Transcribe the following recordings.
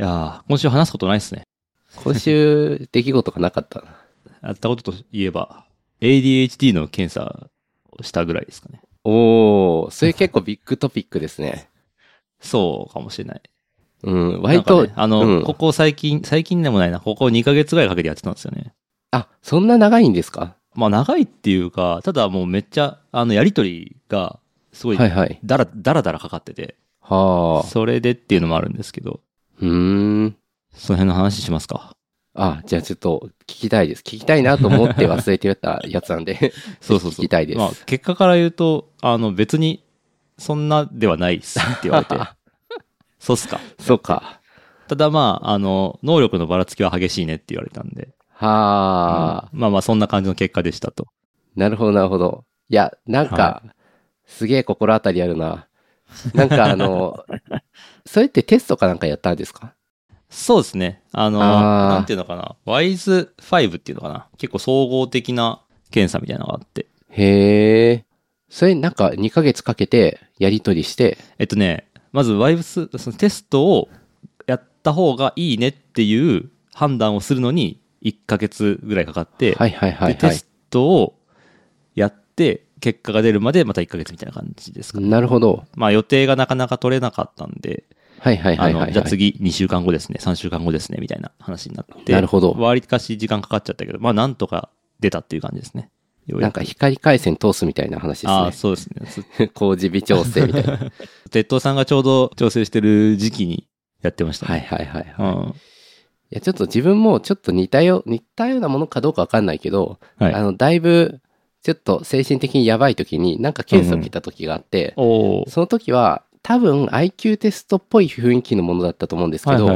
やー、今週話すことないっすね。 今週、出来事がなかったな。 やったことといえば、ADHD の検査をしたぐらいですかね。 おー、それ結構ビッグトピックですね。 そうかもしれない。 うん、割と、 ね、ここ最近でもないな、ここ2ヶ月ぐらいかけてやってたんですよね。 あ、そんな長いんですか？ まあ長いっていうか、ただもうめっちゃ、やりとりが、すごい、 はいはい。 だらだらかかってて。 はあ。 それでっていうのもあるんですけど。 その辺の話しますか。 じゃあちょっと聞きたいです。聞きたいなと思って忘れてたやつなんでそう聞きたいです。 まあ結果から言うと、別に、そんなではないっすって言われて。そうっすか。 そうか。 ただまあ、能力のばらつきは激しいねって言われたんで。 はあ、 まあまあ、そんな感じの結果でしたと。 なるほど、なるほど。いや、なんか、すげえ心当たりあるな。なんかそれってテストかなんかやったんですか？ そうですね。なんていうのかな。WISE5 っていうのかな。結構総合的な検査みたいなのがあって。 へえ。それなんか2ヶ月かけてやり取りして。 まず WISE、そのテストをやった方がいいねっていう判断をするのに1ヶ月ぐらいかかって、 はいはいはい、はい。 で、テストをやって、結果が出るまでまた1ヶ月みたいな感じですかね。 なるほど。 まあ予定がなかなか取れなかったんで、 はいはいはいはい、 じゃあ次2週間後ですね、3週間後ですね、みたいな話になって。 なるほど。 割かし時間かかっちゃったけど、まあなんとか出たっていう感じですね。 なんか光回線通すみたいな話ですね。 ああ、そうですね。 工事微調整みたいな。 鉄塔さんがちょうど調整してる時期にやってましたね。 はいはいはい、はい。いや、ちょっと自分もちょっと似たようなものかどうかわかんないけど、はい、だいぶ、ちょっと精神的にやばい時になんか検査を受けた時があって、その時は多分 IQ テストっぽい雰囲気のものだったと思うんですけど、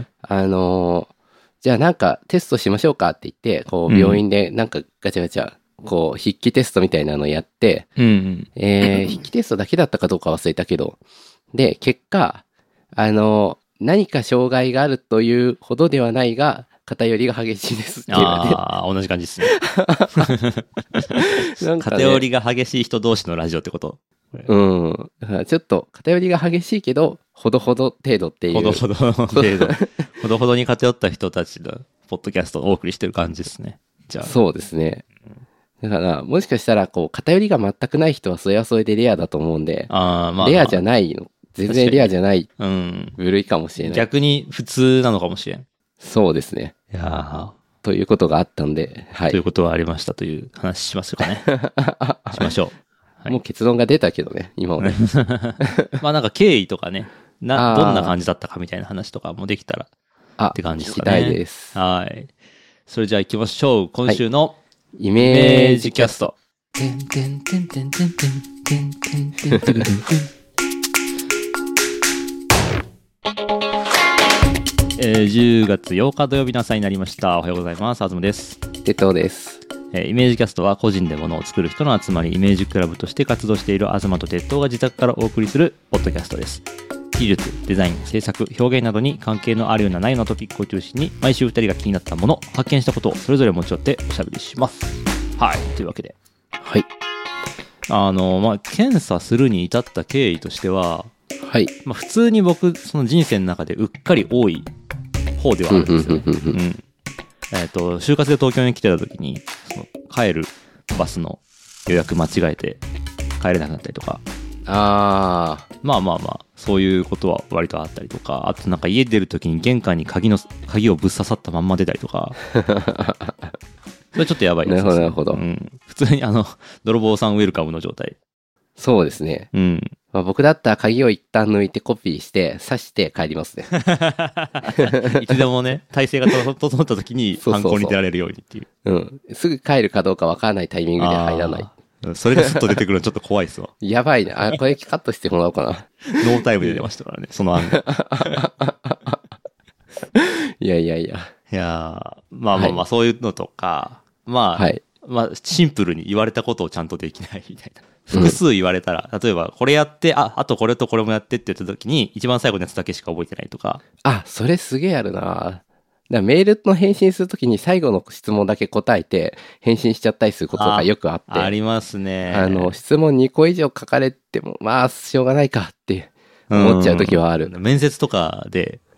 じゃあなんかテストしましょうかって言って、こう病院でなんかガチャガチャ、こう筆記テストみたいなのをやって、筆記テストだけだったかどうか忘れたけど、で、結果、何か障害があるというほどではないが、偏りが激しいですって言われて。 ああ、同じ感じですね。偏りが激しい人同士のラジオってこと？ うん。ちょっと偏りが激しいけど、ほどほど程度っていう。 ほどほど程度。ほどほどに偏った人たちのポッドキャストをお送りしてる感じですね。じゃあ。 そうですね。だから、もしかしたら、こう、偏りが全くない人はそれはそれでレアだと思うんで、レアじゃないの。全然レアじゃない部類かもしれない。 逆に普通なのかもしれん。 そうですね。 いやということがあったんで、 はい。ということはありましたという話しますかね。しましょう。 はい、もう結論が出たけどね、今まで。 まあなんか経緯とかね、どんな感じだったかみたいな話とかもできたらって感じですかね。 聞きたいです。 はい。それじゃあ行きましょう。今週の、 イメージキャスト。 10月8日土曜日の朝になりました。おはようございます。あずむです。 鉄塔です。 イメージキャストは個人で物を作る人の集まり、イメージクラブとして活動している東と鉄塔が自宅からお送りするポッドキャストです。技術、デザイン、制作、表現などに関係のあるようなないようなトピックを中心に毎週2人が気になったもの、発見したことをそれぞれ持ち寄っておしゃべりします。はい。というわけで。 はい。 まあ、検査するに至った経緯としては、 はい。 まあ、普通に僕、その人生の中でうっかり多い方ではあるんですよね。就活で東京に来てた時に、その帰るバスの予約間違えて帰れなくなったりとか。まあ、そういうことは割とあったりとか、あとなんか家出る時に玄関に鍵をぶっ刺さったまんま出たりとか。それちょっとやばいですね。 なるほど。 普通に泥棒さんウェルカムの状態。 そうですね。まあ、僕だったら鍵を一旦抜いてコピーして刺して帰りますね。 いつでもね、体勢が整った時に犯行に出られるようにっていう。 すぐ帰るかどうかわからないタイミングで入らない。 それがスッと出てくるのちょっと怖いっすわ。 やばいね。これカットしてもらおうかな。 ノータイムで出ましたからね、その案が。 いや。 いやまあ、そういうのとか、まあ、シンプルに言われたことをちゃんとできないみたいな。複数言われたら、例えばこれやって、あとこれとこれもやってって言った時に、一番最後のやつだけしか覚えてないとか。 それすげえあるな。メールの返信するときに最後の質問だけ答えて返信しちゃったりすることがよくあって。 ありますね。 質問2個以上書かれても、まあ、しょうがないかって思っちゃうときはある。 面接とかで、こう、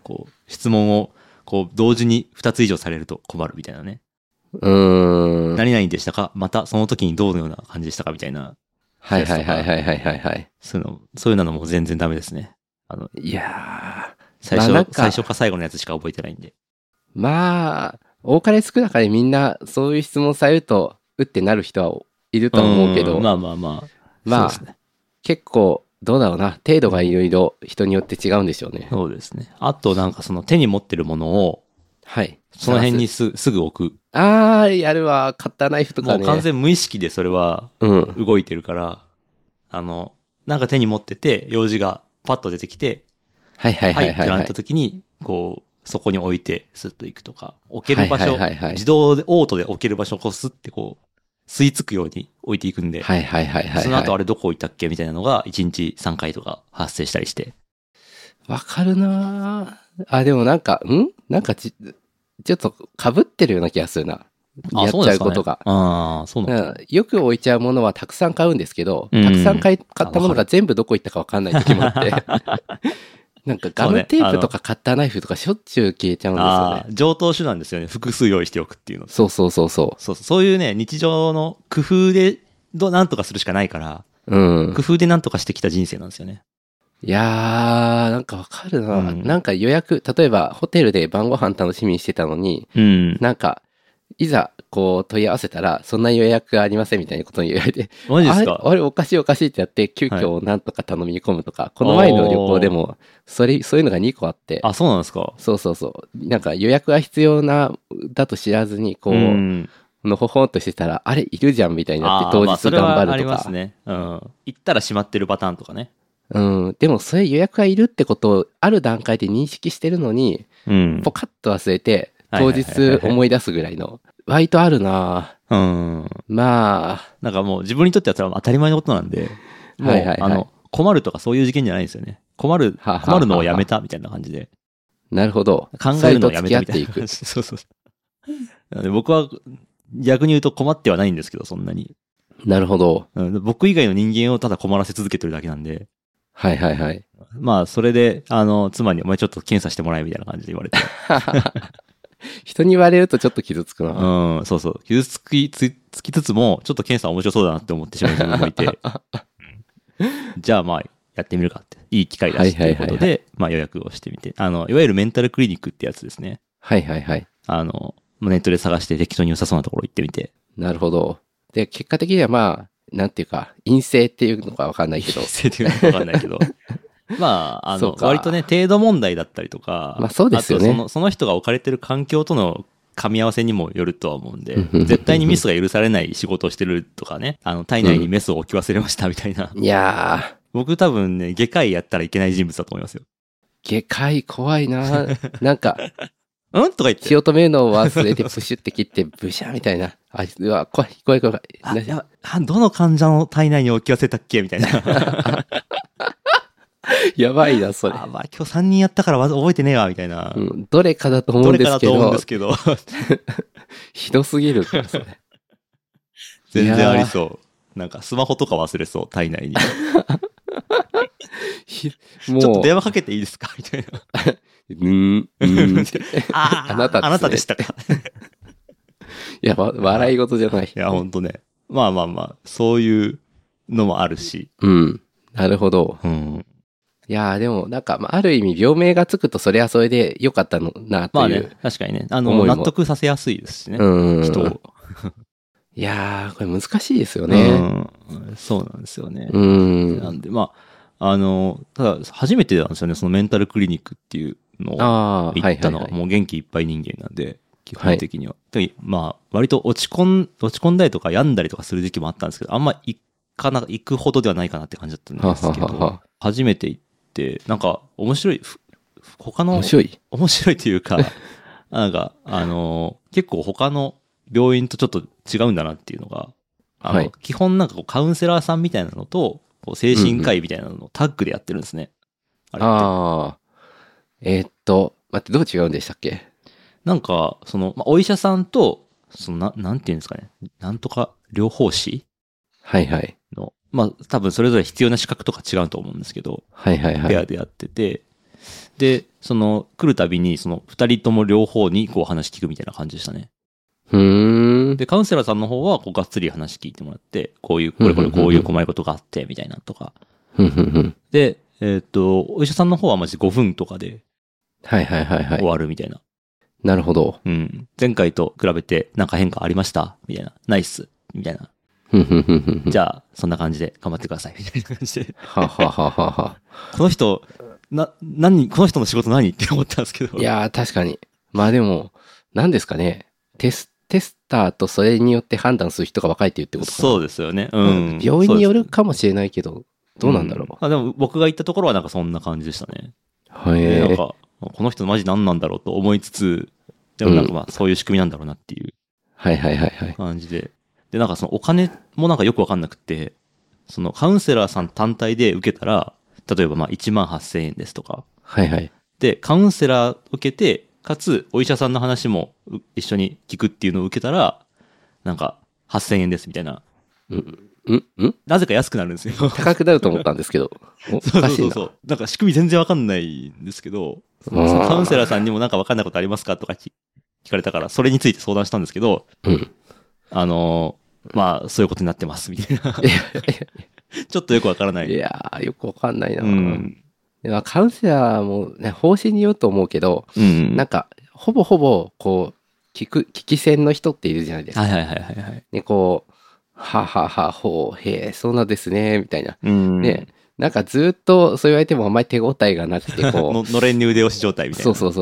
質問をこう同時に2つ以上されると困るみたいなね。何々でしたか、またその時にどのような感じでしたかみたいな。 はいはいはいはいはいはい。 そういうのも全然ダメですね。 いやー、最初か最後のやつしか覚えてないんで。 まあ、多かれ少なかれみんなそういう質問されると、うってなる人はいると思うけど。 まあまあまあ。 まあ、そうですね、結構、どうだろうな。程度がいろいろ人によって違うんでしょうね。 そうですね。あとなんかその手に持ってるものを、 はい。 その辺にすぐ置く。 やるわ。カッターナイフとかね。 もう完全無意識でそれは、動いてるから、なんか手に持ってて、用事がパッと出てきて、 はいはいはいはい、 ってなった時に、こう、そこに置いて、スッと行くとか、置ける場所、自動で、オートで置ける場所をこうスッてこう、吸い付くように置いていくんで、 はいはいはいはい。 その後あれどこ置いたっけみたいなのが、1日3回とか発生したりして。 わかるなぁ。でもなんか、なんかちょっと被ってるような気がするな。やっちゃうことが。 そうなんだ。よく置いちゃうものはたくさん買うんですけど、たくさん買ったものが全部どこ行ったかわかんない時もあって。なんかガムテープとかカッターナイフとかしょっちゅう消えちゃうんですよね。 上等手段ですよね。複数用意しておくっていうの。 そういうね、日常の工夫でなんとかするしかないから、工夫でなんとかしてきた人生なんですよね。 いやー、なんかわかるな、なんか予約、例えばホテルで晩ご飯楽しみにしてたのに、なんか、いざ、こう問い合わせたら、そんな予約ありませんみたいなことに言われて、 マジですか？ あれおかしいってやって、急遽なんとか頼み込むとか、この前の旅行でも、そういうのが2個あって。 そうなんですか？ そうなんか予約が必要だと知らずに、こう、のほほんとしてたら、あれいるじゃんみたいになって、当日頑張るとか。それはありますね。行ったら閉まってるパターンとかね。 でもそれ予約がいるってことをある段階で認識してるのに、ポカッと忘れて、当日思い出すぐらいの。割とあるなまあ。 なんかもう自分にとっては当たり前のことなんで、もう、困るとかそういう事件じゃないんですよね。困るのをやめたみたいな感じで。 なるほど。 考えるのをやめたみたいな。そう。僕は逆に言うと困ってはないんですけど、そんなに。 なるほど。 僕以外の人間をただ困らせ続けてるだけなんで。 はいはいはい。 まあ、それで、妻にお前ちょっと検査してもらえみたいな感じで言われて。 人に言われるとちょっと傷つくな。 そう。傷つきつつも、ちょっと検査面白そうだなって思ってしまう自分もいて。じゃあまあ、やってみるかって。いい機会だしということで、まあ予約をしてみて。いわゆるメンタルクリニックってやつですね。 はいはいはい。 ネットで探して適当に良さそうなところ行ってみて。 なるほど。で、結果的にはまあ、なんていうか、陰性っていうのかわかんないけど。 陰性っていうのかわかんないけど。まあ、割とね、程度問題だったりとか、 まあそうですよね。 あとその人が置かれてる環境との噛み合わせにもよるとは思うんで、絶対にミスが許されない仕事をしてるとかね、体内にメスを置き忘れましたみたいな。 いやー。 僕多分ね、外科医やったらいけない人物だと思いますよ。 外科医怖いななんか、 とか言って。 血を止めるのを忘れてプシュって切ってブシャーみたいな。うわ、怖い。どの患者の体内に置き忘れたっけみたいな。 やばいな、それ。 まあ今日3人やったから覚えてねえわ、みたいな。 どれかだと思うんですけど。 どれかだと思うんですけど。 ひどすぎるから、それ。 全然ありそう。なんかスマホとか忘れそう、体内に。ちょっと電話かけていいですかみたいな。あなたでしたか。 いや、笑い事じゃない。 いや、ほんとね。まあ、そういうのもあるし。 なるほど。いやでも、なんか、ある意味、病名がつくと、それはそれで良かったのな、という。まあね、 確かにね。納得させやすいですしね。人を。 いやこれ難しいですよね。 そうなんですよね。なんで、まあ、ただ、初めてなんですよね、そのメンタルクリニックっていうのを行ったのは、もう元気いっぱい人間なんで、基本的には。まあ、割と落ち込んだりとか病んだりとかする時期もあったんですけど、あんま行くほどではないかなって感じだったんですけど、初めて行って、なんか面白い面白いというか、なんか、結構他の病院とちょっと違うんだなっていうのが、基本なんかカウンセラーさんみたいなのと、精神科医みたいなのをタッグでやってるんですね。 待って、どう違うんでしたっけ？ なんか、お医者さんと、なんていうんですかね、なんとか療法士の、まあ、多分それぞれ必要な資格とか違うと思うんですけど、ペアでやってて、 で、来るたびに、二人とも両方にこう話聞くみたいな感じでしたね。で、カウンセラーさんの方は、こう、がっつり話聞いてもらって、こういう、これこういう困りごとがあって、みたいなとか。で、お医者さんの方はマジ5分とかで、終わるみたいな。 なるほど。 うん。前回と比べてなんか変化ありましたみたいな。ナイスみたいな。じゃあ、そんな感じで頑張ってください。みたいな感じで。この人、この人の仕事何って思ったんですけど。 いやー、確かに。まあでも、何ですかね。テスターとそれによって判断する人が若いって言ってことかな。 そうですよね。うん。 病院によるかもしれないけど、どうなんだろう。 でも僕が行ったところはなんかそんな感じでしたね。なんか、この人マジ何なんだろうと思いつつ、でもなんかまあそういう仕組みなんだろうなっていう感じで。で、なんかお金もなんかよくわかんなくて、カウンセラーさん単体で受けたら、例えばまあ18,000円ですとか。で、カウンセラー受けて、かつお医者さんの話も一緒に聞くっていうのを受けたら、なんか8,000円ですみたいな。なぜか安くなるんですよ。 高くなると思ったんですけど。おかしいな。 そう。なんか仕組み全然わかんないんですけど、カウンセラーさんにもなんかわかんないことありますかとか聞かれたから、それについて相談したんですけど、まあ、そういうことになってます、みたいな。ちょっとよくわからない。 いやー、よくわかんないな。カウンセラーもね、方針によると思うけど、なんか、ほぼ、こう、聞き戦の人っているじゃないですか。ね、こう、へえ、そうなんですね、みたいな。ね、なんかずっとそう言われてもあんまり手応えがなくて、こう。のれんに腕押し状態みたいな。 そう。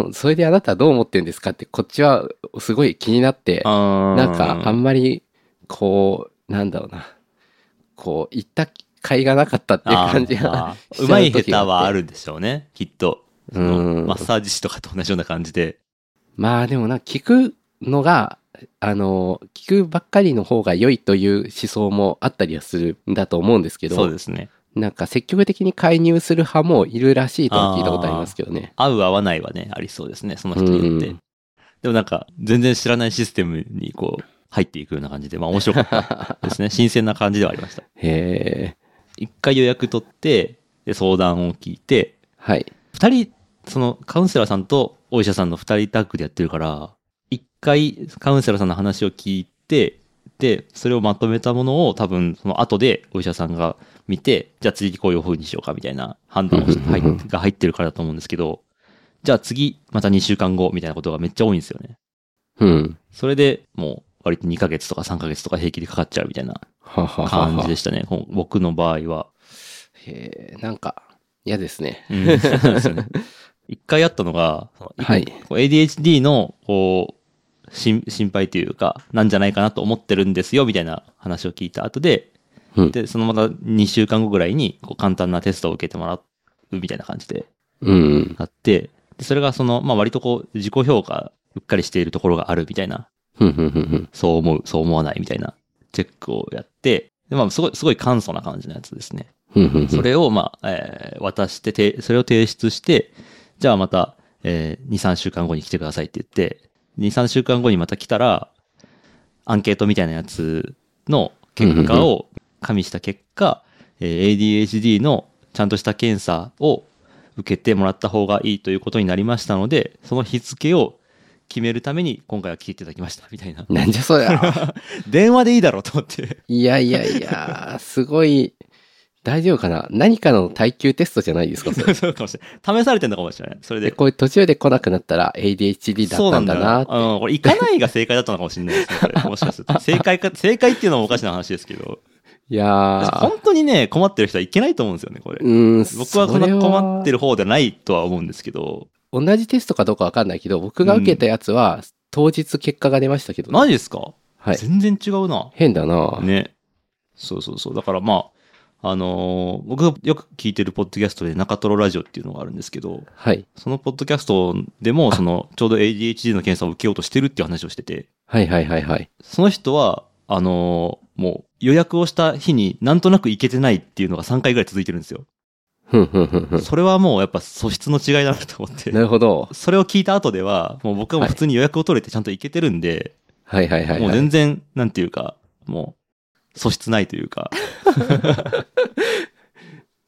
それであなたはどう思ってるんですかって、こっちはすごい気になって、なんかあんまり、こう、なんだろうな。こう、言った甲斐がなかったっていう感じが。 うまい下手はあるでしょうね、きっと。マッサージ師とかと同じような感じで。 まあでも聞くのが、聞くばっかりの方が良いという思想もあったりはするんだと思うんですけど。 そうですね。 なんか積極的に介入する派もいるらしいと聞いたことありますけどね。 合う合わないはね、ありそうですね、その人によって。でもなんか、全然知らないシステムにこう、入っていくような感じで、まあ面白かったですね。新鮮な感じではありました。一回予約取って、で、相談を聞いて、二人、カウンセラーさんとお医者さんの二人タッグでやってるから、一回カウンセラーさんの話を聞いて、で、それをまとめたものを多分その後でお医者さんが見て、じゃあ次こういう風にしようかみたいな判断が入ってるからだと思うんですけど、じゃあ次また2週間後みたいなことがめっちゃ多いんですよね。それでもう割と2ヶ月とか3ヶ月とか平気でかかっちゃうみたいな感じでしたね。僕の場合は。 なんか嫌ですね。 一回あったのが、ADHD のこう心配というか、なんじゃないかなと思ってるんですよみたいな話を聞いた後で、で、そのまた2週間後ぐらいにこう簡単なテストを受けてもらうみたいな感じであって、それがまあ割とこう自己評価うっかりしているところがあるみたいな、そう思わないみたいなチェックをやって、でまあすごい簡素な感じのやつですね。それをまあ、渡してそれを提出して、じゃあまた、2、3週間後に来てくださいって言って、2、3週間後にまた来たら、アンケートみたいなやつの結果を加味した結果、ADHD のちゃんとした検査を受けてもらった方がいいということになりましたので、その日付を決めるために今回は来ていただきましたみたいな。 なんじゃそりゃ。 電話でいいだろうと思って。 いや、すごい。大丈夫かな、何かの耐久テストじゃないですかそれ。 そうかもしれない。試されてんのかもしれない。それで。 これ途中で来なくなったら ADHD だったんだなって。 これ行かないが正解だったのかもしれないですね。これもしかすると。正解っていうのもおかしな話ですけど。 いやー。 本当にね、困ってる人はいけないと思うんですよね、これ。僕はそんな困ってる方ではないとは思うんですけど。 同じテストかどうかわかんないけど、僕が受けたやつは、当日結果が出ましたけど、 ね。マジですか？ はい。 全然違うな。 変だな。 ね。そう。だからまあ、僕がよく聞いてるポッドキャストで中トロラジオっていうのがあるんですけど、 はい。 そのポッドキャストでも、ちょうど ADHD の検査を受けようとしてるっていう話をしてて、 はい。 その人は、もう予約をした日になんとなく行けてないっていうのが3回ぐらい続いてるんですよ。それはもうやっぱ素質の違いだなと思って。 なるほど。 それを聞いた後では、もう僕はもう普通に予約を取れてちゃんと行けてるんで、 はい。 もう全然、なんていうか、もう、素質ないというか。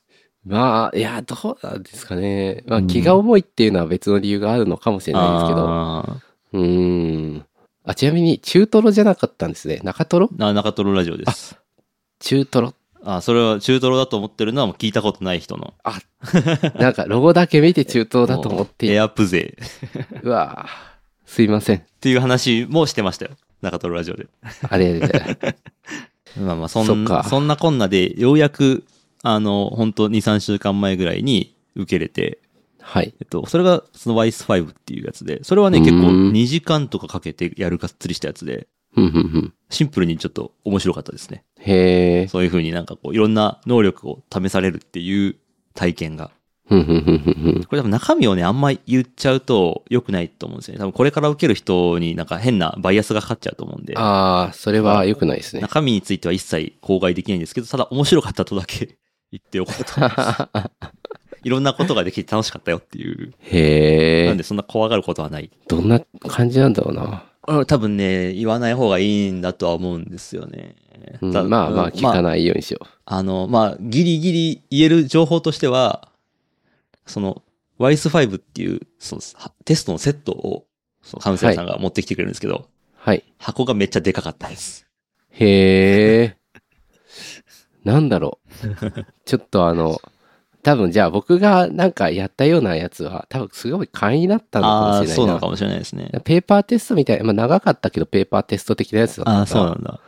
まあ、いや、どうなんですかね。まあ、気が重いっていうのは別の理由があるのかもしれないですけど。ちなみに、中トロじゃなかったんですね。中トロ？ 中トロラジオです。 中トロ。 それは中トロだと思ってるのはもう聞いたことない人の。 なんかロゴだけ見て中トロだと思って。 エアプ勢。 うわぁ、すいません。 っていう話もしてましたよ。中トロラジオで。 あれで。 まあそんなこんなで、ようやく、本当2、3週間前ぐらいに受けれて、 はい。 それがその WISE5 っていうやつで、それはね、結構2時間とかかけてやるがっつりしたやつで、シンプルにちょっと面白かったですね。 へー。 そういう風になんかこう、いろんな能力を試されるっていう体験が。これ多分中身をね、あんま言っちゃうと良くないと思うんですよね。多分これから受ける人になんか変なバイアスがかかっちゃうと思うんで。 それは良くないですね。 中身については一切口外できないんですけど、ただ面白かったとだけ言っておこうと思います。いろんなことができて楽しかったよっていう。 へー。 なんでそんな怖がることはない。 どんな感じなんだろうな。 多分ね、言わない方がいいんだとは思うんですよね。 まあ、聞かないようにしよう。 ギリギリ言える情報としては、その、WISE5 っていう、その、テストのセットを、そのカウンセラーさんが持ってきてくれるんですけど、 はい。 箱がめっちゃでかかったです。 へー。なんだろう。ちょっと多分じゃあ僕がなんかやったようなやつは多分すごい簡易だったのかもしれないな。 そうなのかもしれないですね。 ペーパーテストみたいな、まあ長かったけどペーパーテスト的なやつだったから。 そうなんだ。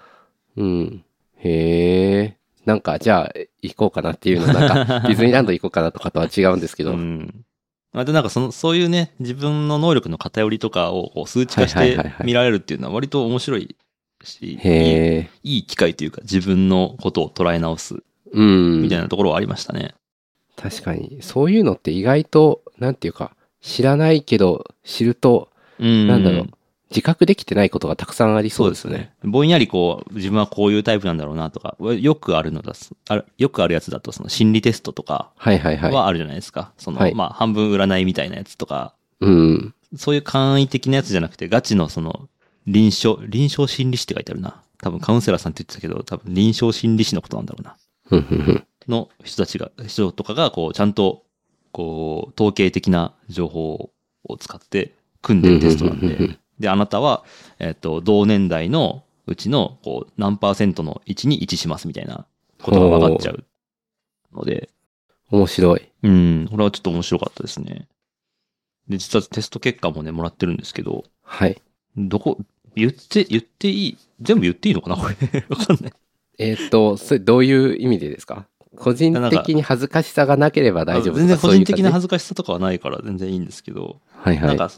へえ。なんかじゃあ行こうかなっていうの、なんかディズニーランド行こうかなとかとは違うんですけど。 でなんかそういうね、自分の能力の偏りとかをこう数値化して見られるっていうのは割と面白いし、いい機会というか自分のことを捉え直すみたいなところはありましたね。 確かに。そういうのって意外と、なんていうか、知らないけど知ると、なんだろう。自覚できてないことがたくさんありそうですね。そうですね。 ぼんやりこう、自分はこういうタイプなんだろうなとか、よくあるよくあるやつだと、その心理テストとかはあるじゃないですか。半分占いみたいなやつとか、そういう簡易的なやつじゃなくて、ガチのその、臨床心理士って書いてあるな。多分カウンセラーさんって言ってたけど、多分臨床心理士のことなんだろうな。の人とかが、こう、ちゃんと、こう、統計的な情報を使って組んでるテストなんで、で、あなたは、同年代のうちの、こう、何%の位置に位置しますみたいなことが分かっちゃうので。 面白い。 これはちょっと面白かったですね。で、実はテスト結果もね、もらってるんですけど。 はい。 言っていい全部言っていいのかなこれ。わかんない。 それどういう意味でですか？個人的に恥ずかしさがなければ大丈夫ですか？ 全然個人的な恥ずかしさとかはないから全然いいんですけど。なんか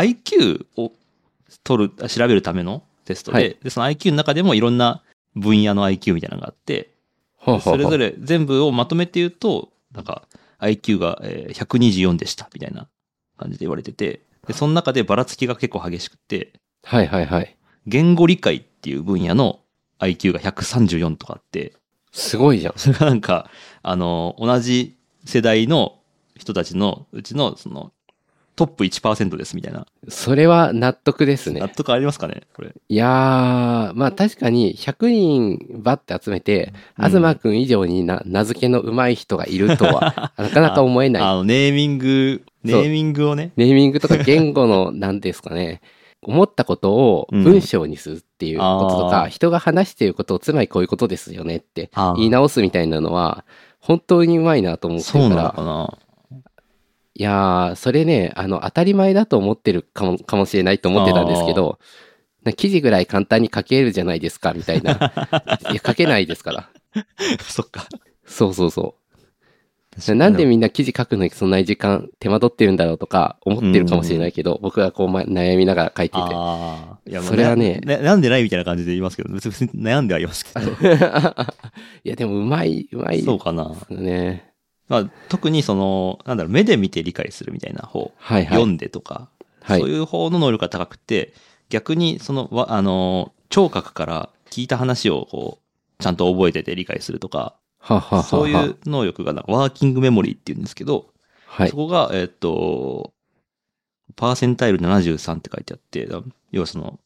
IQ を調べるためのテストで、で、その IQ の中でもいろんな分野の IQ みたいなのがあって、それぞれ全部をまとめて言うと、なんか IQ が124でしたみたいな感じで言われてて、で、その中でばらつきが結構激しくて、言語理解っていう分野の IQ が134とかあって、 すごいじゃん。 それがなんか、同じ世代の人たちのうちの、その、トップ 1% ですみたいな。 それは納得ですね。 納得ありますかねこれ。 いやー、まあ確かに100人バッて集めて、東くん以上に名付けの上手い人がいるとは、なかなか思えない。 ネーミングをね。 ネーミングとか言語の、なんですかね。思ったことを文章にするっていうこととか、人が話していることをつまりこういうことですよねって言い直すみたいなのは、本当にうまいなと思ってるから。 そうなのかな。 いやー、それね、当たり前だと思ってるかもしれないと思ってたんですけど、記事ぐらい簡単に書けるじゃないですか、みたいな。いや、書けないですから。 そっか。 そうそうそう。なんでみんな記事書くのにそんなに時間手間取ってるんだろうとか思ってるかもしれないけど、僕がこう悩みながら書いてて。 いや、 それはね。 悩んでないみたいな感じで言いますけど、別に悩んではいますけど。 いや、でもうまい。 そうかな。 ね。 特にその、目で見て理解するみたいな方、読んでとか、そういう方の能力が高くて、逆にその、聴覚から聞いた話をこう、ちゃんと覚えてて理解するとか、そういう能力がワーキングメモリーって言うんですけど、そこが、パーセンタイル73って書いてあって、要はその、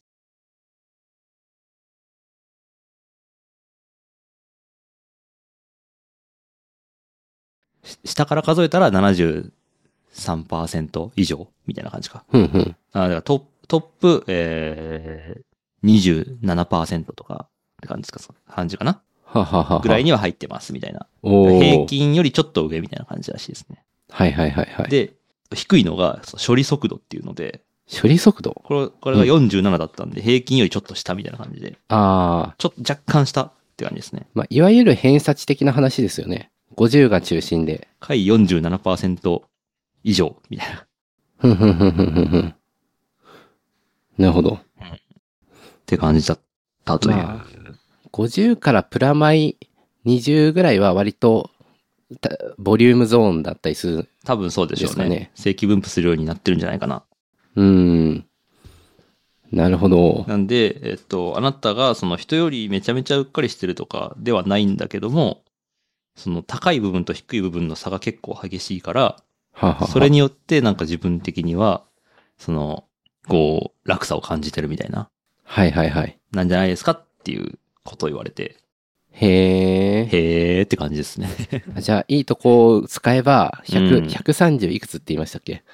下から数えたら73%以上みたいな感じか。 うんうん。 だからトップ、27% とかって感じですか、感じかな。 はははは。 ぐらいには入ってますみたいな。 おー平均よりちょっと上みたいな感じらしいですね。 はいはいはいはい。 で、低いのが処理速度っていうので、 処理速度これが47だったんで、平均よりちょっと下みたいな感じで、 ああ。 ちょっと若干下って感じですね。 まあ、いわゆる偏差値的な話ですよね。50が中心で。 下位 47% 以上みたいな。 ふんふんふんふんふんふん。なるほど。 って感じだったという。 まあ、50からプラマイ20ぐらいは割とボリュームゾーンだったりする。 多分そうでしょうね。 ですかね正規分布するようになってるんじゃないかな。 なるほど。 なんで、あなたがその人よりめちゃめちゃうっかりしてるとかではないんだけども、その高い部分と低い部分の差が結構激しいから、 はははそれによってなんか自分的には、その、こう、落差を感じてるみたいな、 はいはいはい。 なんじゃないですかっていうことを言われて、 へえ。 へーって感じですね。 じゃあ、いいとこを使えば、 うん 130いくつって言いましたっけ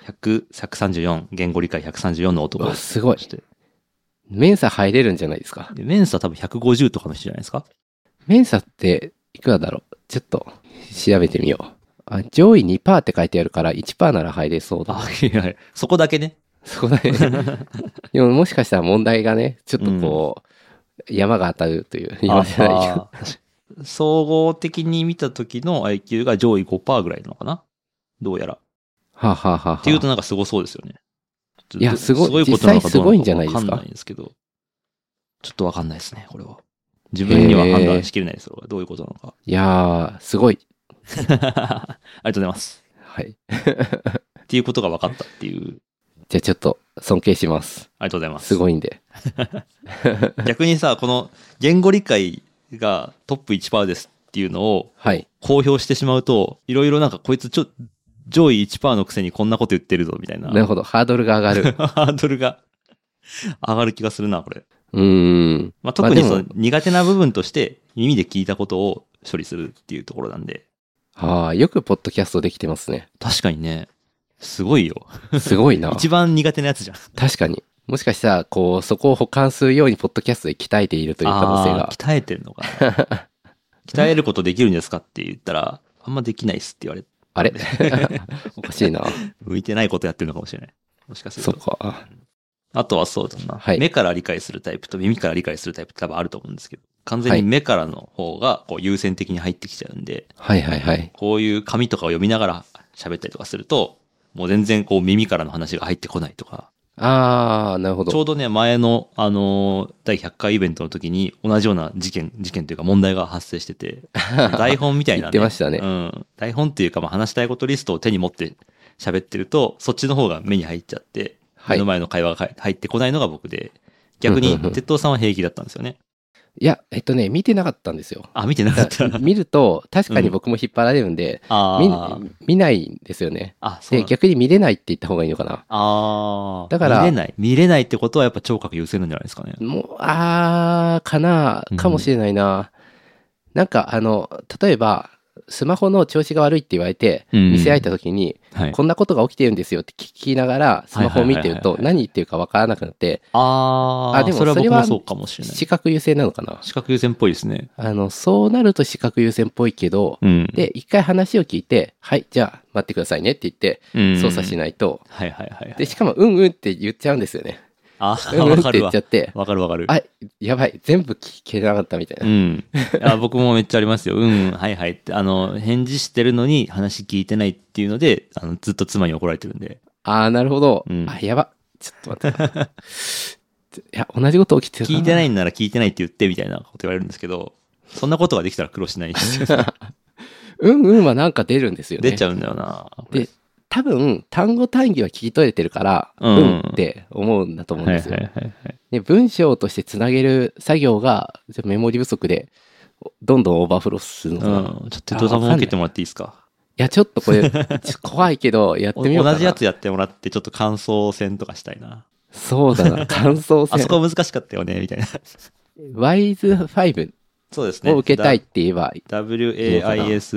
134、言語理解134の男うわすごいとしてメンサ入れるんじゃないですか。 でメンサ多分150とかの人じゃないですか。 メンサっていくらだろうちょっと調べてみよう。あ、上位 2% って書いてあるから 1% なら入れそうだ。 あ、いやいやそこだけね。 そこだね。でももしかしたら問題がね、ちょっとこう、山が当たるという、今じゃないけど。 あ総合的に見た時の IQ が上位 5% ぐらいなのかな、どうやら。 はあ、はあはあはあ、 っていうとなんかすごそうですよね。 いやすごいすごいことなのかどうなのか実際すごいんじゃないですかわかんないんですけど。ちょっとわかんないですね、これは。自分には判断しきれないですよ。どういうことなのか。 いやー、すごい。 ありがとうございます。 はい。 っていうことが分かったっていう。 じゃあちょっと尊敬します。 ありがとうございます。 すごいんで。 逆にさ、この言語理解がトップ 1% ですっていうのをはい。 公表してしまうと、いろいろなんかこいつ上位 1% のくせにこんなこと言ってるぞみたいな。 なるほど。ハードルが上がる。 ハードルが上がる気がするな、これ。まあ、特にまあでもその苦手な部分として耳で聞いたことを処理するっていうところなんで。 ああ、よくポッドキャストできてますね。 確かにね。すごいよ。 すごいな。 一番苦手なやつじゃん。 確かに。もしかしたら、こう、そこを補完するように、ポッドキャストで鍛えているという可能性が。 鍛えてるのかな。鍛えることできるんですかって言ったら、あんまできないっすって言われて。 あれおかしいな。 向いてないことやってるのかもしれない。もしかすると。 そうか。 あとはそうだな、 はい目から理解するタイプと耳から理解するタイプって多分あると思うんですけど、完全に目からの方がこう優先的に入ってきちゃうんで、 はいはいはい。 こういう紙とかを読みながら喋ったりとかすると、もう全然こう耳からの話が入ってこないとか。 あー、なるほど。 ちょうどね、前の第100回イベントの時に同じような事件というか問題が発生してて、台本みたいな、ね。 言ってましたね。 うん。台本っていうかまあ話したいことリストを手に持って喋ってると、そっちの方が目に入っちゃって、目の前の会話が入ってこないのが僕で、逆に鉄道さんは平気だったんですよね。 いや、見てなかったんですよ。 あ、見てなかった。 見ると、確かに僕も引っ張られるんで、見ないんですよね。で、逆に見れないって言った方がいいのかな。 だから、見れないってことはやっぱ聴覚優先なんじゃないですかね。 かもしれないな。なんか、例えば、スマホの調子が悪いって言われて、見せられた時に、こんなことが起きてるんですよって聞きながら、スマホを見てると、何言ってるか分からなくなって、でもそれは視覚優先なのかな。 視覚優先っぽいですね。 そうなると視覚優先っぽいけど、で、一回話を聞いて、はい、じゃあ待ってくださいねって言って、操作しないと、で、しかも、って言っちゃうんですよね。って言っちゃって。 わかる。 あ、やばい。全部聞けなかったみたいな。 僕もめっちゃありますよ。はいはいって。返事してるのに話聞いてないっていうので、ずっと妻に怒られてるんで。 なるほど。やば。ちょっと待って。いや、同じこと起きてる。 聞いてないんなら聞いてないって言ってみたいなこと言われるんですけど、そんなことができたら苦労しないんですよ。 はなんか出るんですよね。 出ちゃうんだよな。 で、多分、単語単義は聞き取れてるから、って思うんだと思うんですよ。で、文章としてつなげる作業が、メモリ不足で、どんどんオーバーフローするのかな。 ちょっと鉄道さんも受けてもらっていいですか？ いや、ちょっとこれ、怖いけど、やってみようかな。 同じやつやってもらって、ちょっと感想戦とかしたいな。 そうだな、感想戦。 あそこ難しかったよね、みたいな。 WISE5 そうですね。 を受けたいって言えば。 WAIS5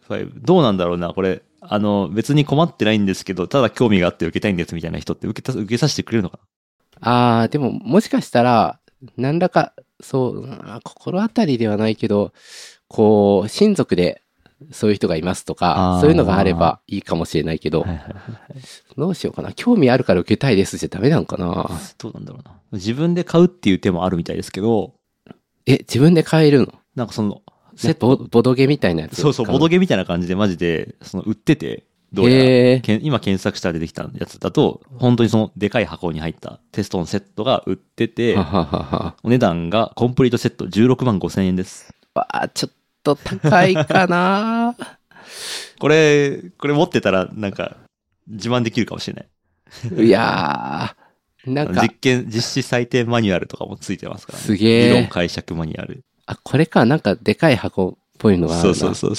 5。どうなんだろうな、これ。別に困ってないんですけど、ただ興味があって受けたいんですみたいな人って受けさせてくれるのかな。でももしかしたら、何らか、そう、心当たりではないけど、こう、親族でそういう人がいますとか、そういうのがあればいいかもしれないけど、どうしようかな。興味あるから受けたいですじゃダメなのかな。 どうなんだろうな。自分で買うっていう手もあるみたいですけど。 自分で買えるの？ なんかボドゲみたいなやつ。 そう、ボドゲみたいな感じでマジで、売ってて、どうやら、今検索したら出てきたやつだと、本当にそのでかい箱に入ったテストのセットが売ってて、お値段がコンプリートセット16万5千円です。 ちょっと高いかなこれ持ってたらなんか自慢できるかもしれない。 いやー、なんか。 実施採点マニュアルとかもついてますからね。 すげー。 理論解釈マニュアル。 これか、なんかでかい箱っぽいのがあるな。 そう。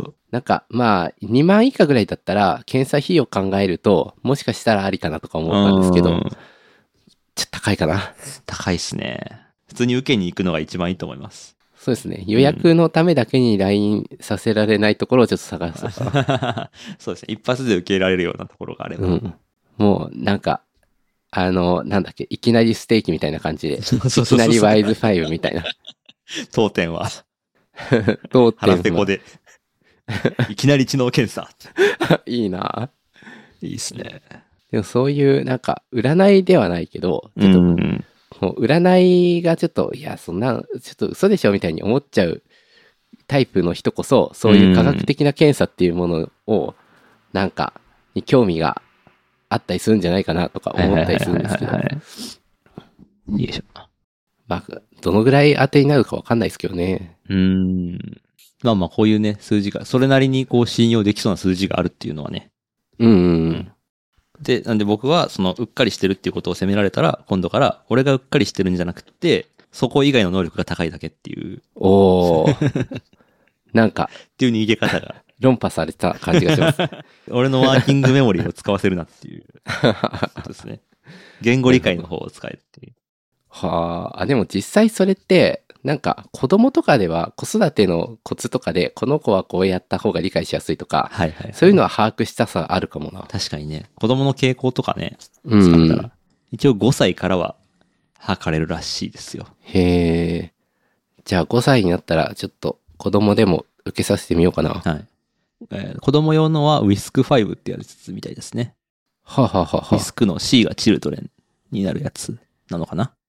なんか、2万以下ぐらいだったら、検査費用考えると、もしかしたらありかなとか思ったんですけど、ちょっと高いかな。 高いっすね。普通に受けに行くのが一番いいと思います。 そうですね。予約のためだけに LINE させられないところをちょっと探そうかな。 そうですね。一発で受け入れられるようなところがあれば。 もう、なんか、なんだっけ、いきなりステーキみたいな感じで、いきなりワイズ5みたいな。 当店は。 当店は。 腹ペコで。いきなり知能検査。 いいな。 いいっすね。 でもそういう、なんか、占いではないけど、ちょっと、もう占いがちょっと、いや、そんな、ちょっと嘘でしょみたいに思っちゃうタイプの人こそ、そういう科学的な検査っていうものを、なんか、に興味があったりするんじゃないかなとか思ったりするんですけど。 いいでしょ。 どのぐらい当てになるかわかんないですけどね。 こういうね、数字が、それなりにこう信用できそうな数字があるっていうのはね。で、なんで僕は、うっかりしてるっていうことを責められたら、今度から、俺がうっかりしてるんじゃなくて、そこ以外の能力が高いだけっていう。 なんか。 っていう逃げ方が。 論破された感じがします。 俺のワーキングメモリーを使わせるなっていう。そうですね。言語理解の方を使えっていう。 でも実際それって、なんか子供とかでは子育てのコツとかで、この子はこうやった方が理解しやすいとか、そういうのは把握したさあるかもな。 確かにね。子供の傾向とかね、使ったら。一応5歳からは測れるらしいですよ。 へー。じゃあ5歳になったらちょっと子供でも受けさせてみようかな。 子供用のは WISC-5 ってやつみたいですね。WISC の C がチルドレンになるやつなのかな。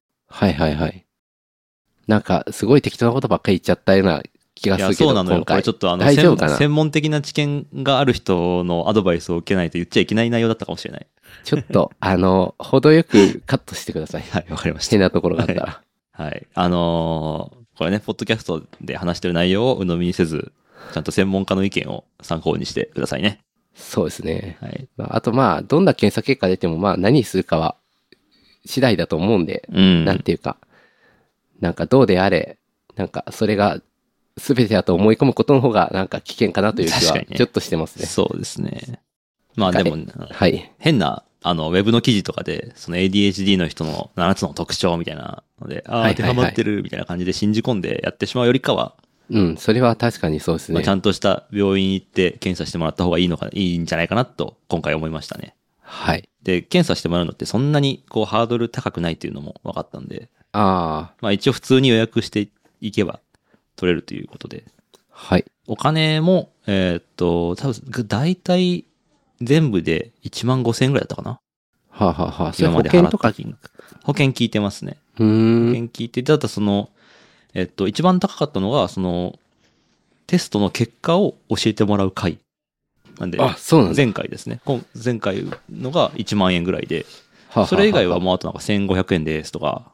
なんか、すごい適当なことばっかり言っちゃったような気がするけど、 そうなのよ。これちょっと大丈夫かな？ 専門的な知見がある人のアドバイスを受けないと言っちゃいけない内容だったかもしれない。 ちょっと、程よくカットしてください。 わかりました。 変なところがあったら。 これね、ポッドキャストで話してる内容を鵜呑みにせず、ちゃんと専門家の意見を参考にしてくださいね。 そうですね。あとどんな検査結果出ても何するかは次第だと思うんで、なんていうか、なんかどうであれ、なんかそれが全てだと思い込むことの方がなんか危険かなという気はちょっとしてますね。 そうですね。でも、変な、ウェブの記事とかで、その ADHD の人の7つの特徴みたいなので、当てはまってるみたいな感じで信じ込んでやってしまうよりかは、 それは確かにそうですね。 ちゃんとした病院行って検査してもらった方がいいんじゃないかなと、今回思いましたね。で、検査してもらうのってそんなにこうハードル高くないっていうのも分かったんで、一応普通に予約していけば取れるということで。お金も、多分、大体全部で1万5千円ぐらいだったかな。今まで払った金額。保険聞いてますね。保険聞いて、ただ一番高かったのが、テストの結果を教えてもらう回。なんで、前回ですね。前回のが1万円ぐらいで、それ以外はもうあとなんか1500円ですとか。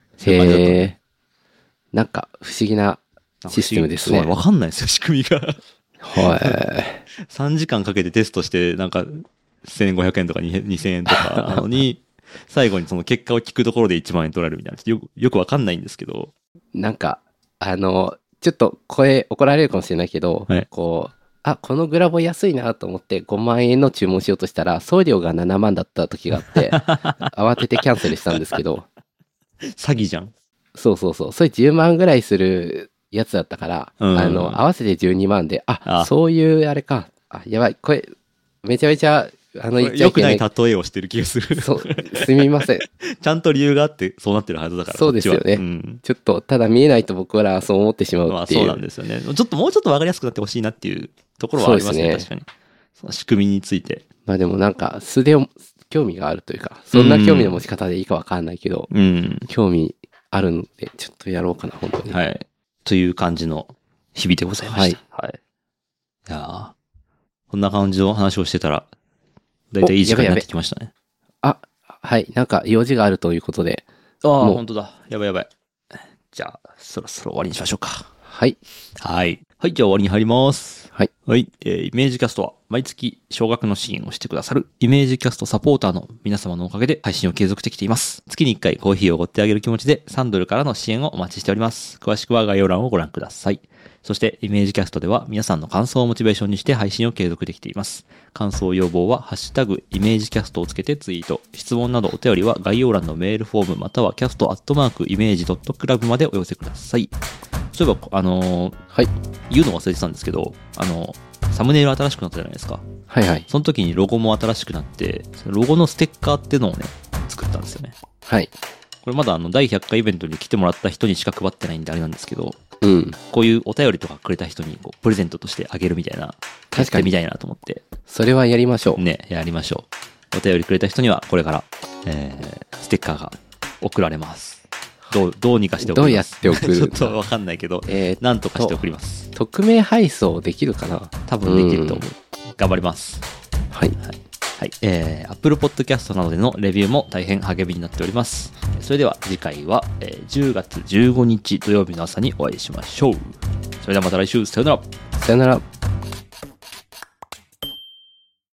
なんか不思議なシステムですね。 わかんないですよ、仕組みが。3時間かけてテストして、なんか1500円とか2000円とかなのに、最後にその結果を聞くところで1万円取られるみたいな。よくわかんないんですけど。 なんか、ちょっと声怒られるかもしれないけど、このグラボ安いなと思って5万円の注文しようとしたら、送料が7万だった時があって、慌ててキャンセルしたんですけど。 詐欺じゃん。 そう。それ10万ぐらいするやつだったから、 うん合わせて12万で、 あそういうあれか。やばい。これ、めちゃめちゃ、言っちゃ良くないいけない。 例えをしてる気がする。 そう、すみません。 ちゃんと理由があってそうなってるはずだから。 そうですよねこっちはうん。 ちょっと、ただ見えないと僕らはそう思ってしまうっていう。 そうなんですよね。もうちょっと分かりやすくなってほしいなっていうところはありますね。 そうです確かに。その仕組みについて。 まあでもなんか、素で興味があるというか、そんな興味の持ち方でいいかわかんないけど、 うん。 興味あるので、ちょっとやろうかな、本当に。 はい。という感じの日々でございました。はい。いやーこんな感じの話をしてたら、だいたいいい時間になってきましたね。 はい。なんか、用事があるということで。 ああ、 もう本当だ。やばい。じゃあ、そろそろ終わりにしましょうか。 はい。 はい。はい、じゃあ終わりに入ります。 はい。 はい。イメージキャストは毎月少額の支援をしてくださるイメージキャストサポーターの皆様のおかげで配信を継続できています。月に1回コーヒーをおごってあげる気持ちで3ドルからの支援をお待ちしております。詳しくは概要欄をご覧ください。そしてイメージキャストでは皆さんの感想をモチベーションにして配信を継続できています。感想要望はハッシュタグイメージキャストをつけてツイート。質問などお便りは概要欄のメールフォームまたはキャスト@image.club までお寄せください。そういえば、 はい。 言うの忘れてたんですけど、サムネイル新しくなったじゃないですか。 はいはい。 その時にロゴも新しくなって、そのロゴのステッカーっていうのをね、作ったんですよね。 はい。 これまだ第100回イベントに来てもらった人にしか配ってないんであれなんですけど、 うん。 こういうお便りとかくれた人にこうプレゼントとしてあげるみたいな、 確かにやってみたいなと思って。 それはやりましょう。 ね、やりましょう。お便りくれた人にはこれから、ステッカーが送られます。どうにかして送ります。 どうやって送るちょっとわかんないけど、なんとかして送ります。 匿名配送できるかな？ 多分できると思う。頑張ります。 はい。 はい。Apple Podcast などでのレビューも大変励みになっております。それでは次回は、10月15日土曜日の朝にお会いしましょう。それではまた来週、さよなら。 さよなら。